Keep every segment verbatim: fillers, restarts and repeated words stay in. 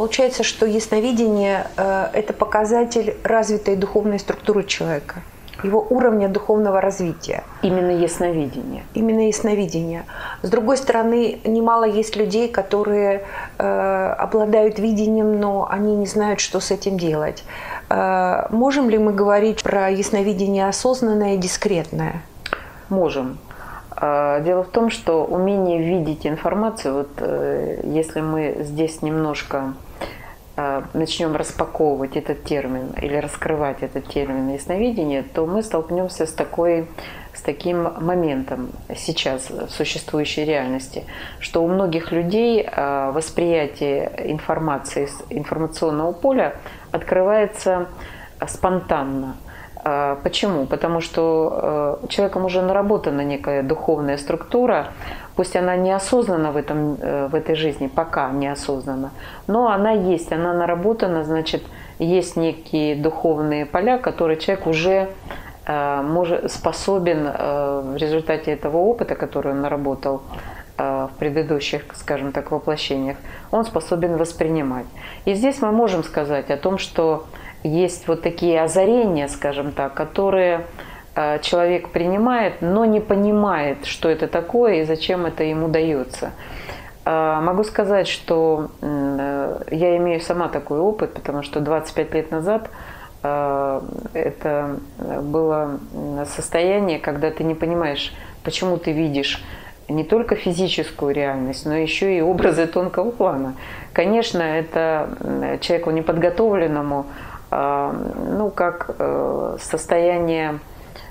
получается, что ясновидение э, – это показатель развитой духовной структуры человека, его уровня духовного развития. Именно ясновидение. Именно ясновидение. С другой стороны, немало есть людей, которые э, обладают видением, но они не знают, что с этим делать. Э, можем ли мы говорить про ясновидение осознанное и дискретное? Можем. Дело в том, что умение видеть информацию, вот если мы здесь немножко начнем распаковывать этот термин или раскрывать этот термин ясновидение, то мы столкнемся с, такой, с таким моментом сейчас в существующей реальности, что у многих людей восприятие информации из информационного поля открывается спонтанно. Почему? Потому что человеком уже наработана некая духовная структура, пусть она неосознанна в, этом, в этой жизни, пока неосознанна, но она есть, она наработана, значит, есть некие духовные поля, которые человек уже может, способен в результате этого опыта, который он наработал в предыдущих, скажем так, воплощениях, он способен воспринимать. И здесь мы можем сказать о том, что есть вот такие озарения, скажем так, которые человек принимает, но не понимает, что это такое и зачем это ему дается. Могу сказать, что я имею сама такой опыт, потому что двадцать пять лет назад это было состояние, когда ты не понимаешь, почему ты видишь не только физическую реальность, но еще и образы тонкого плана. Конечно, это человеку неподготовленному, ну, как состояние,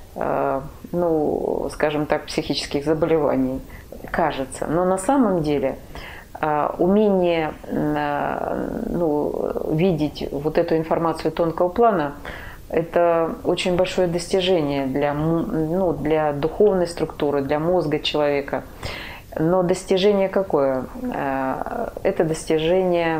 ну, скажем так, психических заболеваний, кажется. Но на самом деле умение, ну, видеть вот эту информацию тонкого плана – это очень большое достижение для, ну, для духовной структуры, для мозга человека. Но достижение какое? Это достижение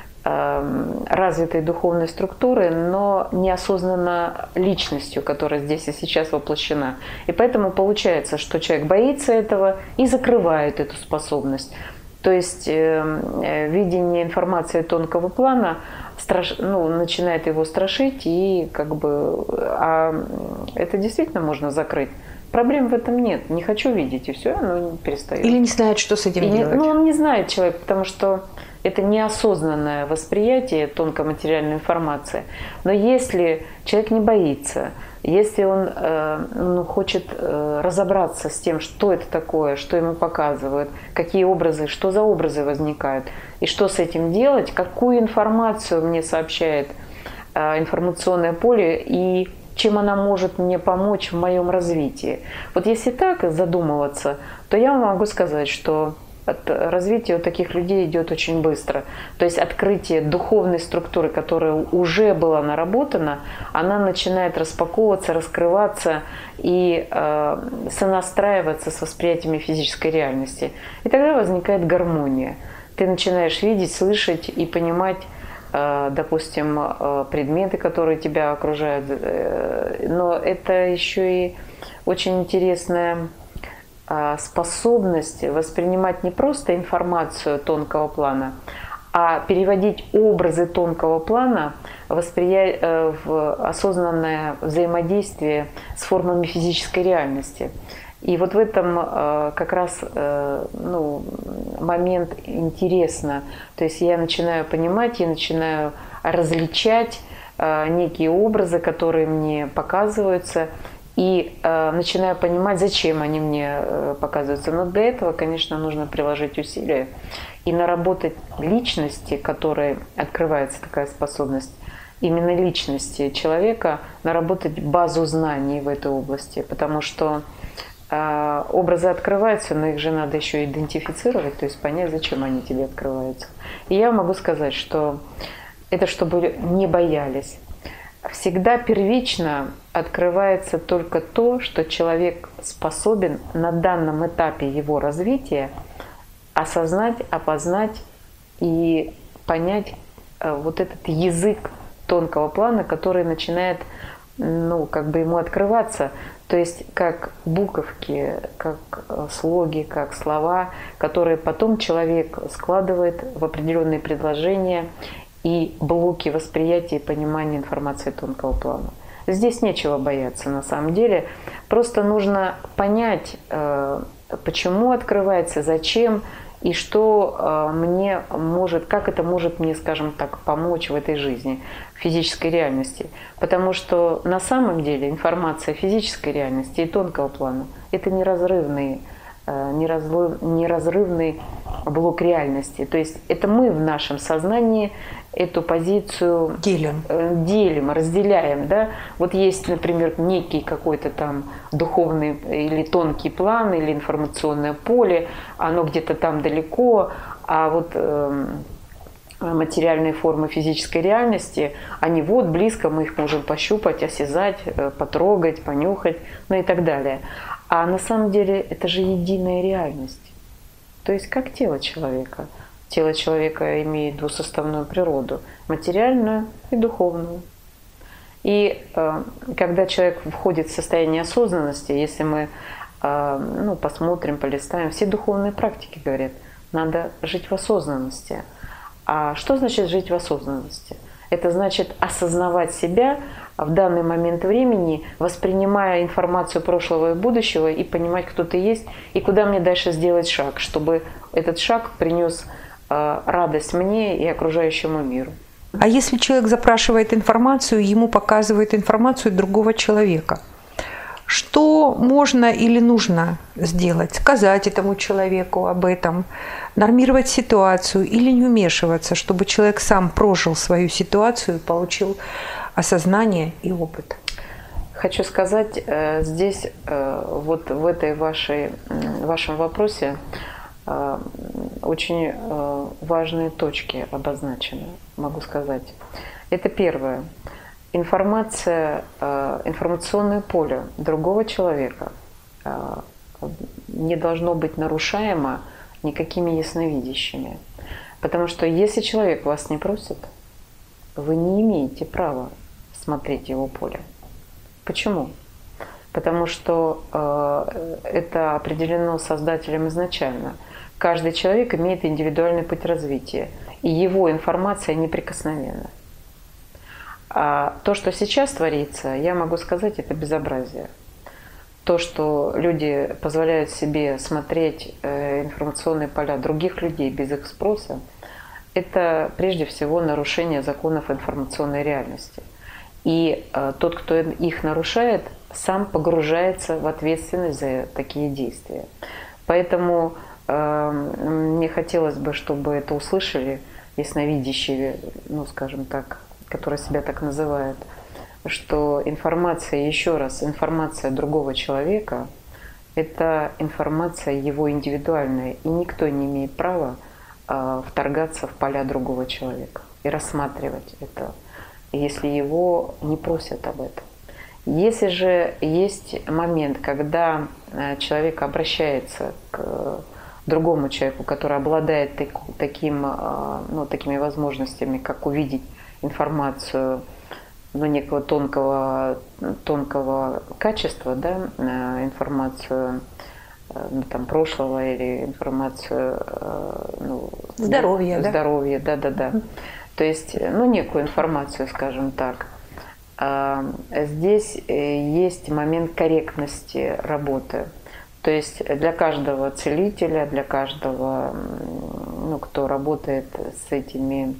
развитой духовной структуры, но неосознанно личностью, которая здесь и сейчас воплощена. И поэтому получается, что человек боится этого и закрывает эту способность. То есть э, видение информации тонкого плана страш... ну, начинает его страшить, и как бы, а это действительно можно закрыть. Проблем в этом нет. Не хочу видеть, и все, оно перестает. Или не знает, что с этим и делать. Не, ну, он не знает человек, потому что это неосознанное восприятие тонкоматериальной информации. Но если человек не боится, если он э, ну, хочет э, разобраться с тем, что это такое, что ему показывают, какие образы, что за образы возникают, и что с этим делать, какую информацию мне сообщает э, информационное поле, и чем она может мне помочь в моем развитии. Вот если так задумываться, то я могу сказать, что развитие у таких людей идет очень быстро. То есть открытие духовной структуры, которая уже была наработана, она начинает распаковываться, раскрываться и э, сонастраиваться с восприятиями физической реальности. И тогда возникает гармония. Ты начинаешь видеть, слышать и понимать, э, допустим, э, предметы, которые тебя окружают. Но это еще и очень интересная способность воспринимать не просто информацию тонкого плана, а переводить образы тонкого плана восприя... в осознанное взаимодействие с формами физической реальности. И вот в этом как раз, ну, момент интересно. То есть я начинаю понимать, я начинаю различать некие образы, которые мне показываются, и э, начинаю понимать, зачем они мне э, показываются. Но для этого, конечно, нужно приложить усилия и наработать личности, которой открывается такая способность, именно личности человека, наработать базу знаний в этой области, потому что э, образы открываются, но их же надо еще идентифицировать, то есть понять, зачем они тебе открываются. И я могу сказать, что это чтобы не боялись. Всегда первично открывается только то, что человек способен на данном этапе его развития осознать, опознать и понять вот этот язык тонкого плана, который начинает ну, как бы ему открываться, то есть как буковки, как слоги, как слова, которые потом человек складывает в определенные предложения и блоки восприятия и понимания информации тонкого плана. Здесь нечего бояться на самом деле, просто нужно понять, почему открывается, зачем и что мне может, как это может мне, скажем так, помочь в этой жизни, в физической реальности. Потому что на самом деле информация физической реальности и тонкого плана – это неразрывные, неразрыв, неразрывный блок реальности. То есть это мы в нашем сознании эту позицию делим, делим разделяем. Да? Вот есть, например, некий какой-то там духовный или тонкий план, или информационное поле, оно где-то там далеко, а вот э, материальные формы физической реальности, они вот близко, мы их можем пощупать, осязать, потрогать, понюхать, ну и так далее. А на самом деле это же единая реальность. То есть как тело человека. Тело человека имеет двусоставную природу – материальную и духовную. И э, когда человек входит в состояние осознанности, если мы э, ну, посмотрим, полистаем, все духовные практики говорят, надо жить в осознанности. А что значит жить в осознанности? Это значит осознавать себя в данный момент времени, воспринимая информацию прошлого и будущего и понимать, кто ты есть и куда мне дальше сделать шаг, чтобы этот шаг принес радость мне и окружающему миру. А если человек запрашивает информацию, ему показывают информацию другого человека, что можно или нужно сделать? Сказать этому человеку об этом, нормировать ситуацию или не вмешиваться, чтобы человек сам прожил свою ситуацию и получил осознание и опыт? Хочу сказать, здесь вот в этой вашей, вашем вопросе очень важные точки обозначены, могу сказать. Это первое. Информация, информационное поле другого человека не должно быть нарушаемо никакими ясновидящими. Потому что если человек вас не просит, вы не имеете права смотреть его поле. Почему? Потому что это определено Создателем изначально. Каждый человек имеет индивидуальный путь развития, и его информация неприкосновенна. А то, что сейчас творится, я могу сказать, это безобразие. То, что люди позволяют себе смотреть информационные поля других людей без их спроса, это прежде всего нарушение законов информационной реальности. И тот, кто их нарушает, сам погружается в ответственность за такие действия. Поэтому мне хотелось бы, чтобы это услышали ясновидящие, ну, скажем так, которые себя так называют, что информация, еще раз, информация другого человека – это информация его индивидуальная, и никто не имеет права вторгаться в поля другого человека и рассматривать это, если его не просят об этом. Если же есть момент, когда человек обращается к другому человеку, который обладает таким, ну, такими возможностями, как увидеть информацию, ну, некого тонкого, тонкого качества, да, информацию, ну, там, прошлого или информацию, ну, здоровья, да? Здоровья, да, да, да. То есть, ну, некую информацию, скажем так. Здесь есть момент корректности работы. То есть для каждого целителя, для каждого, ну, кто работает с этими,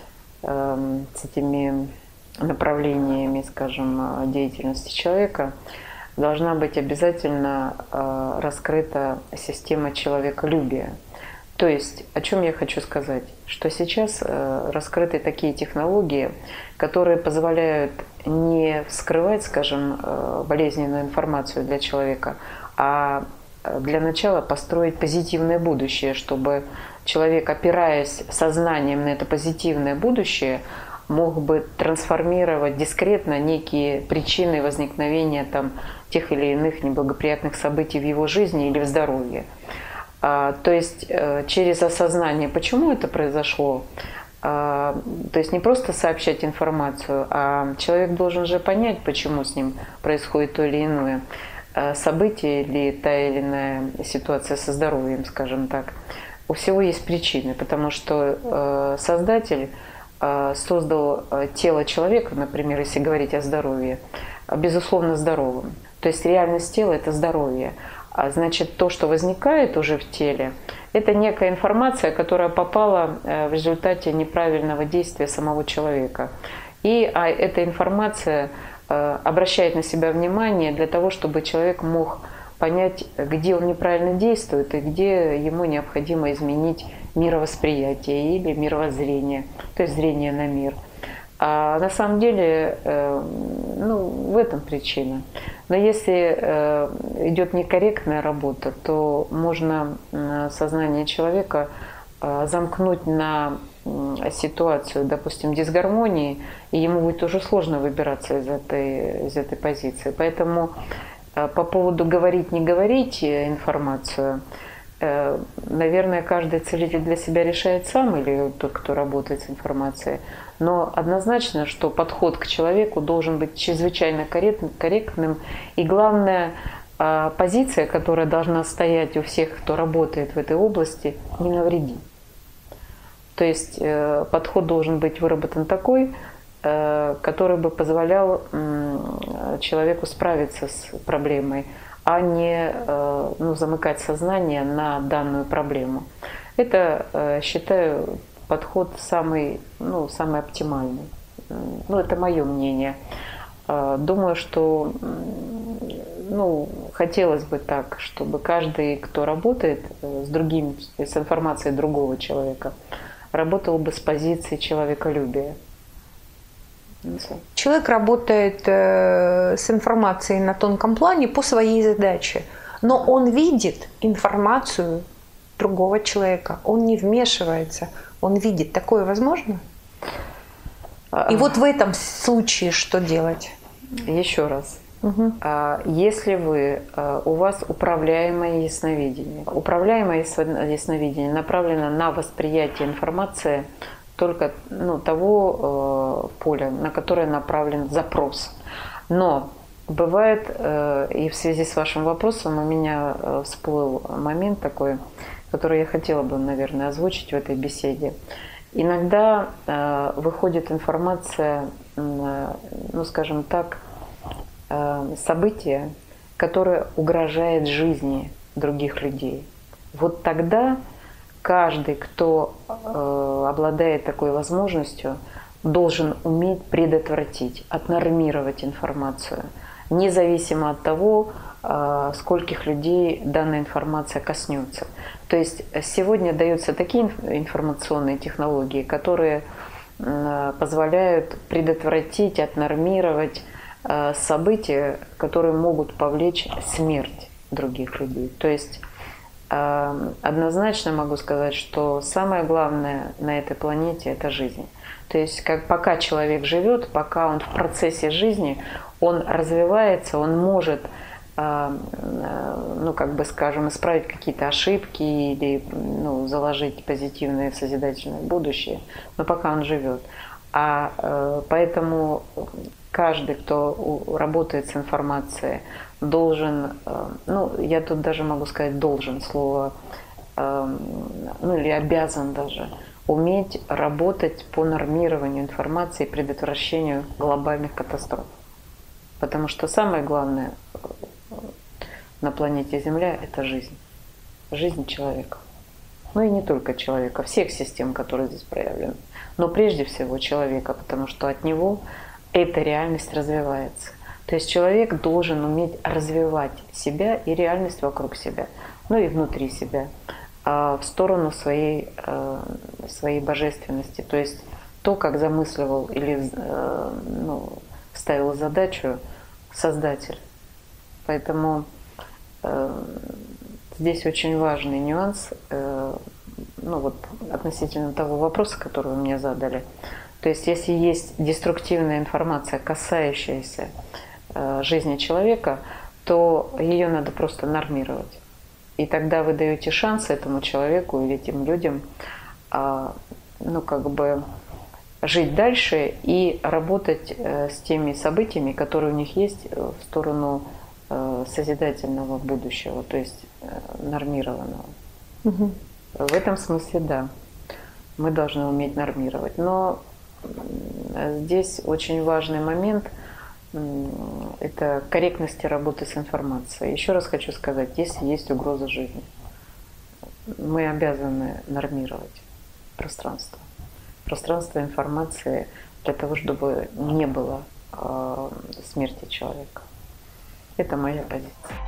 с этими направлениями, скажем, деятельности человека, должна быть обязательно раскрыта система человеколюбия. То есть, о чем я хочу сказать? Что сейчас раскрыты такие технологии, которые позволяют не вскрывать, скажем, болезненную информацию для человека, а для начала построить позитивное будущее, чтобы человек, опираясь сознанием на это позитивное будущее, мог бы трансформировать дискретно некие причины возникновения там, тех или иных неблагоприятных событий в его жизни или в здоровье. То есть через осознание, почему это произошло, То есть не просто сообщать информацию, а человек должен же понять, почему с ним происходит то или иное событие или та или иная ситуация со здоровьем, скажем так. У всего есть причины, потому что Создатель создал тело человека, например, если говорить о здоровье, безусловно здоровым. То есть реальность тела – это здоровье. А значит, то, что возникает уже в теле, это некая информация, которая попала в результате неправильного действия самого человека. И а эта информация обращает на себя внимание для того, чтобы человек мог понять, где он неправильно действует и где ему необходимо изменить мировосприятие или мировоззрение, то есть зрение на мир. А на самом деле, ну, в этом причина. Но если идет некорректная работа, то можно сознание человека замкнуть на ситуацию, допустим, дисгармонии, и ему будет уже сложно выбираться из этой, из этой позиции. Поэтому по поводу говорить, не говорить информацию, наверное, каждый целитель для себя решает сам или тот, кто работает с информацией. Но однозначно, что подход к человеку должен быть чрезвычайно корректным. И главная позиция, которая должна стоять у всех, кто работает в этой области, не навреди. То есть подход должен быть выработан такой, который бы позволял человеку справиться с проблемой, а не ну, замыкать сознание на данную проблему. Это, считаю, подход самый, ну, самый оптимальный. Ну, это мое мнение. Думаю, что ну, хотелось бы так, чтобы каждый, кто работает с другим, с информацией другого человека, работал бы с позиции человеколюбия. Человек работает э, с информацией на тонком плане по своей задаче, но он видит информацию другого человека, он не вмешивается, он видит. Такое возможно? И вот в этом случае что делать? Еще раз. Угу. Если вы, у вас управляемое ясновидение, управляемое ясновидение направлено на восприятие информации только ну, того э, поля, на которое направлен запрос. Но бывает, э, и в связи с вашим вопросом у меня э, всплыл момент такой, который я хотела бы, наверное, озвучить в этой беседе. Иногда э, выходит информация, э, ну, скажем так, э, событие, которое угрожает жизни других людей. Вот тогда каждый, кто э, обладает такой возможностью, должен уметь предотвратить, отнормировать информацию, независимо от того, э, скольких людей данная информация коснется. То есть сегодня даются такие информационные технологии, которые э, позволяют предотвратить, отнормировать э, события, которые могут повлечь смерть других людей. То есть однозначно могу сказать, что самое главное на этой планете – это жизнь. То есть как, пока человек живет, пока он в процессе жизни, он развивается, он может, ну, как бы скажем, исправить какие-то ошибки или ну, заложить позитивное созидательное будущее, но пока он живет. А поэтому каждый, кто работает с информацией, должен, ну, я тут даже могу сказать должен, слово, ну, или обязан даже, уметь работать по нормированию информации и предотвращению глобальных катастроф. Потому что самое главное на планете Земля – это жизнь. Жизнь человека. Ну и не только человека, всех систем, которые здесь проявлены. Но прежде всего человека, потому что от него эта реальность развивается. То есть человек должен уметь развивать себя и реальность вокруг себя, ну и внутри себя, в сторону своей, своей божественности. То есть то, как замысливал или ну, ставил задачу Создатель. Поэтому здесь очень важный нюанс, ну вот относительно того вопроса, который вы мне задали. То есть если есть деструктивная информация, касающаяся жизни человека, то ее надо просто нормировать. И тогда вы даете шанс этому человеку или этим людям ну, как бы жить дальше и работать с теми событиями, которые у них есть в сторону созидательного будущего, то есть нормированного. Угу. В этом смысле, да, мы должны уметь нормировать. Но здесь очень важный момент – это корректность работы с информацией. Еще раз хочу сказать, если есть угроза жизни, мы обязаны нормировать пространство. Пространство информации для того, чтобы не было э, смерти человека. Это моя позиция.